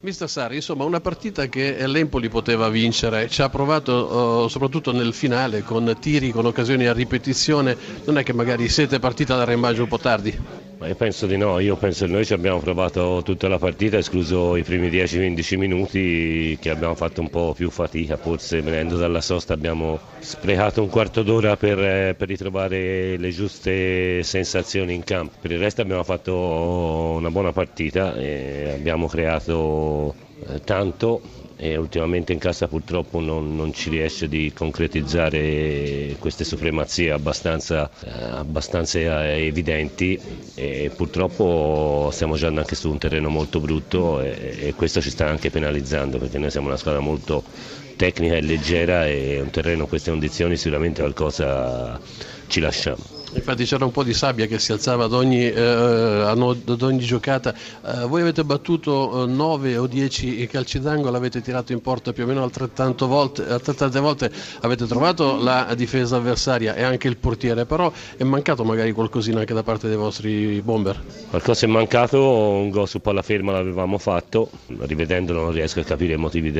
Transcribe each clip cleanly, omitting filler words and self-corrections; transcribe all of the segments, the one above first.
Mister Sarri, insomma, una partita che l'Empoli poteva vincere, ci ha provato soprattutto nel finale con tiri, con occasioni a ripetizione, non è che magari siete partiti all'arrembaggio un po' tardi? Ma io penso di no, io penso che noi ci abbiamo provato tutta la partita, escluso i primi 10-15 minuti che abbiamo fatto un po' più fatica, forse venendo dalla sosta abbiamo sprecato un quarto d'ora per ritrovare le giuste sensazioni in campo. Per il resto abbiamo fatto una buona partita e abbiamo creato tanto e ultimamente in casa purtroppo non ci riesce di concretizzare queste supremazie abbastanza evidenti e purtroppo stiamo giocando anche su un terreno molto brutto e questo ci sta anche penalizzando perché noi siamo una squadra molto tecnica e leggera e un terreno in queste condizioni sicuramente qualcosa ci lasciamo. Infatti c'era un po' di sabbia che si alzava ad ogni giocata. Voi avete battuto 9 o 10 calci d'angolo, avete tirato in porta più o meno altrettante volte avete trovato la difesa avversaria e anche il portiere, però è mancato magari qualcosina anche da parte dei vostri bomber? Qualcosa è mancato, un gol su palla ferma l'avevamo fatto, rivedendolo non riesco a capire i motivi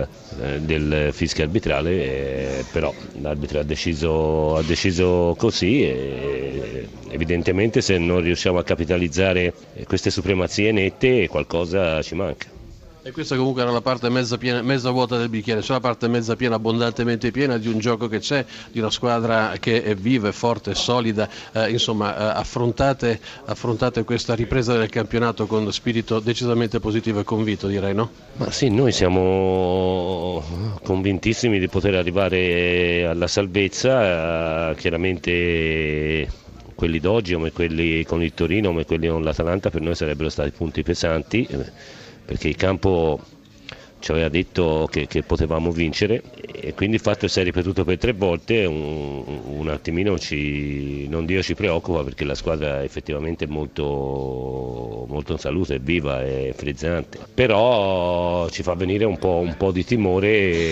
del fischio arbitrale, però l'arbitro ha deciso così e evidentemente se non riusciamo a capitalizzare queste supremazie nette qualcosa ci manca. E questa comunque era la parte mezza piena, mezza vuota del bicchiere, c'è la parte mezza piena, abbondantemente piena di un gioco che c'è, di una squadra che è viva, è forte, è solida, affrontate questa ripresa del campionato con spirito decisamente positivo e convinto, direi, no? Ma sì, noi siamo convintissimi di poter arrivare alla salvezza, chiaramente quelli d'oggi come quelli con il Torino, come quelli con l'Atalanta per noi sarebbero stati punti pesanti perché il campo ci aveva detto che potevamo vincere e quindi il fatto che si è ripetuto per 3 volte un attimino non Dio ci preoccupa perché la squadra è effettivamente molto, molto in salute, è viva, è frizzante, però ci fa venire un po' di timore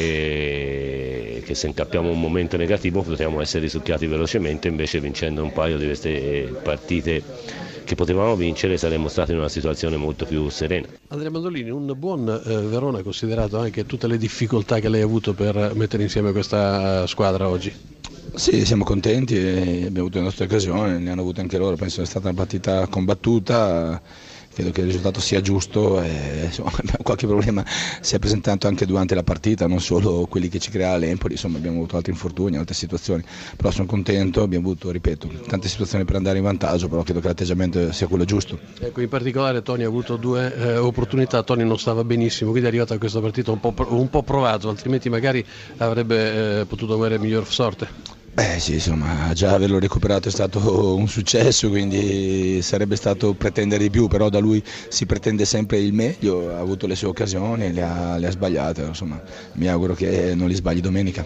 che se incappiamo un momento negativo potremmo essere risucchiati velocemente, invece vincendo un paio di queste partite che potevamo vincere saremmo stati in una situazione molto più serena. Andrea Mandolini, un buon Verona considerato anche tutte le difficoltà che lei ha avuto per mettere insieme questa squadra oggi. Sì, siamo contenti, abbiamo avuto le nostre occasioni, ne hanno avute anche loro, penso sia stata una partita combattuta, credo che il risultato sia giusto e insomma, qualche problema si è presentato anche durante la partita, non solo quelli che ci crea l'Empoli, insomma abbiamo avuto altri infortuni, altre situazioni, però sono contento, abbiamo avuto, ripeto, tante situazioni per andare in vantaggio, però credo che l'atteggiamento sia quello giusto. Ecco, in particolare Toni ha avuto 2 opportunità, Toni non stava benissimo, quindi è arrivato a questa partita un po' provato, altrimenti magari avrebbe potuto avere miglior sorte. Sì, insomma, già averlo recuperato è stato un successo, quindi sarebbe stato pretendere di più, però da lui si pretende sempre il meglio, ha avuto le sue occasioni, le ha sbagliate, insomma, mi auguro che non li sbagli domenica.